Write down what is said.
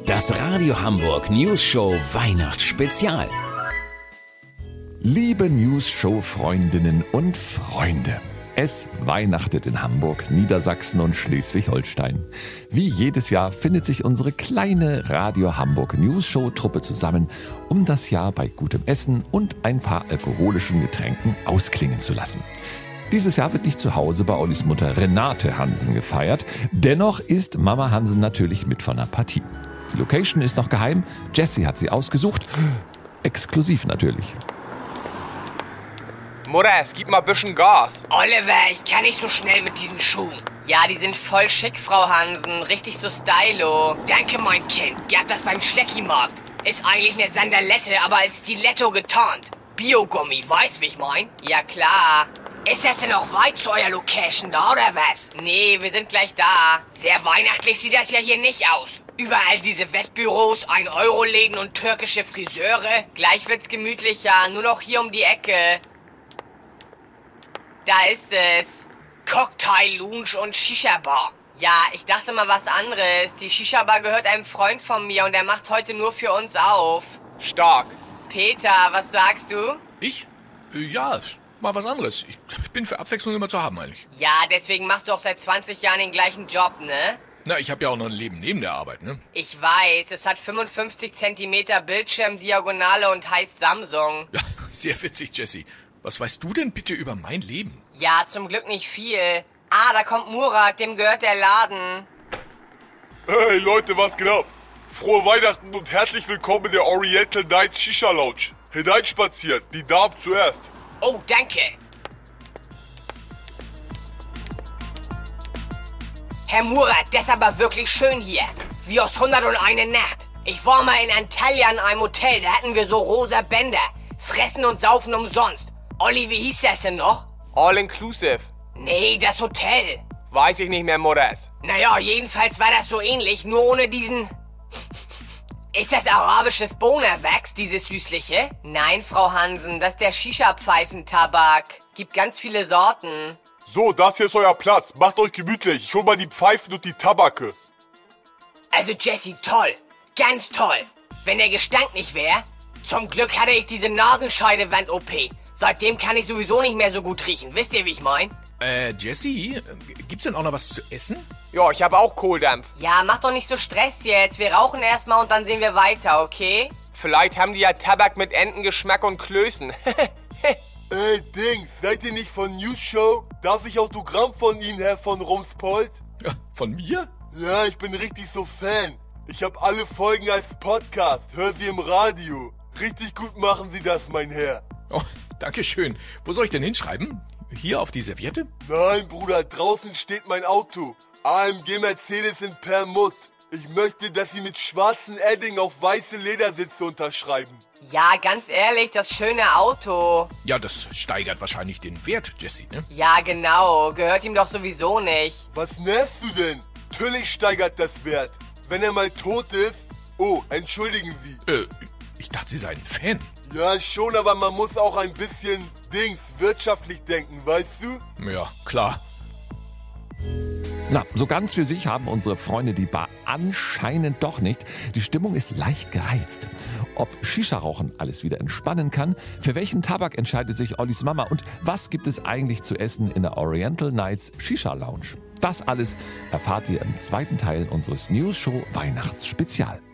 Das Radio Hamburg News Show Weihnachtsspezial. Liebe News-Show-Freundinnen und Freunde, es weihnachtet in Hamburg, Niedersachsen und Schleswig-Holstein. Wie jedes Jahr findet sich unsere kleine Radio Hamburg News-Show-Truppe zusammen, um das Jahr bei gutem Essen und ein paar alkoholischen Getränken ausklingen zu lassen. Dieses Jahr wird nicht zu Hause bei Ollis Mutter Renate Hansen gefeiert. Dennoch ist Mama Hansen natürlich mit von der Partie. Die Location ist noch geheim. Jessie hat sie ausgesucht. Exklusiv natürlich. Mutter, es gibt mal ein bisschen Gas. Oliver, ich kann nicht so schnell mit diesen Schuhen. Ja, die sind voll schick, Frau Hansen. Richtig so stylo. Danke, mein Kind. Ihr habt das beim Schleckimarkt. Ist eigentlich eine Sandalette, aber als Stiletto getarnt. Biogummi, weißt wie ich mein? Ja, klar. Ist das denn auch weit zu eurer Location da, oder was? Nee, wir sind gleich da. Sehr weihnachtlich sieht das ja hier nicht aus. Überall diese Wettbüros, 1-Euro-Läden und türkische Friseure. Gleich wird's gemütlicher, nur noch hier um die Ecke. Da ist es. Cocktail, Lounge und Shisha-Bar. Ja, ich dachte mal was anderes. Die Shisha-Bar gehört einem Freund von mir und der macht heute nur für uns auf. Stark. Peter, was sagst du? Ich? Ja, mal was anderes. Ich bin für Abwechslung immer zu haben eigentlich. Ja, deswegen machst du auch seit 20 Jahren den gleichen Job, ne? Na, ich habe ja auch noch ein Leben neben der Arbeit, ne? Ich weiß, es hat 55 Zentimeter Bildschirmdiagonale und heißt Samsung. Ja, sehr witzig, Jessie. Was weißt du denn bitte über mein Leben? Ja, zum Glück nicht viel. Ah, da kommt Murat, dem gehört der Laden. Hey Leute, was geht ab? Frohe Weihnachten und herzlich willkommen in der Oriental Nights Shisha Lounge. Hineinspaziert, die Damen zuerst. Oh, danke. Herr Murat, das ist aber wirklich schön hier. Wie aus 101 Nacht. Ich war mal in Antalya in einem Hotel, da hatten wir so rosa Bänder. Fressen und saufen umsonst. Olli, wie hieß das denn noch? All inclusive. Nee, das Hotel. Weiß ich nicht mehr, Mutters. Naja, jedenfalls war das so ähnlich, nur ohne diesen... Ist das arabisches Bohnerwachs, dieses süßliche? Nein, Frau Hansen, das ist der Shisha-Pfeifentabak. Gibt ganz viele Sorten. So, das hier ist euer Platz. Macht euch gemütlich. Ich hol mal die Pfeifen und die Tabake. Also Jessie, toll. Ganz toll. Wenn der Gestank nicht wäre... Zum Glück hatte ich diese Nasenscheidewand-OP. Seitdem kann ich sowieso nicht mehr so gut riechen. Wisst ihr, wie ich mein? Jessie, gibt's denn auch noch was zu essen? Ja, ich habe auch Kohldampf. Ja, mach doch nicht so Stress jetzt. Wir rauchen erstmal und dann sehen wir weiter, okay? Vielleicht haben die ja Tabak mit Entengeschmack und Klößen. Ey, Dings, seid ihr nicht von News Show? Darf ich Autogramm von Ihnen, Herr von Rumspold? Ja, von mir? Ja, ich bin richtig so Fan. Ich habe alle Folgen als Podcast. Hör sie im Radio. Richtig gut machen Sie das, mein Herr. Oh, danke schön. Wo soll ich denn hinschreiben? Hier auf die Serviette? Nein, Bruder, draußen steht mein Auto. AMG Mercedes in Permut. Ich möchte, dass Sie mit schwarzen Edding auf weiße Ledersitze unterschreiben. Ja, ganz ehrlich, das schöne Auto. Ja, das steigert wahrscheinlich den Wert, Jessie, ne? Ja, genau. Gehört ihm doch sowieso nicht. Was nervst du denn? Natürlich steigert das Wert. Wenn er mal tot ist... Oh, entschuldigen Sie. Ich dachte, Sie seien Fan. Ja, schon, aber man muss auch ein bisschen, wirtschaftlich denken, weißt du? Ja, klar. Na, so ganz für sich haben unsere Freunde die Bar anscheinend doch nicht. Die Stimmung ist leicht gereizt. Ob Shisha-Rauchen alles wieder entspannen kann, für welchen Tabak entscheidet sich Ollis Mama und was gibt es eigentlich zu essen in der Oriental Nights Shisha Lounge? Das alles erfahrt ihr im zweiten Teil unseres News Show Weihnachtsspezial.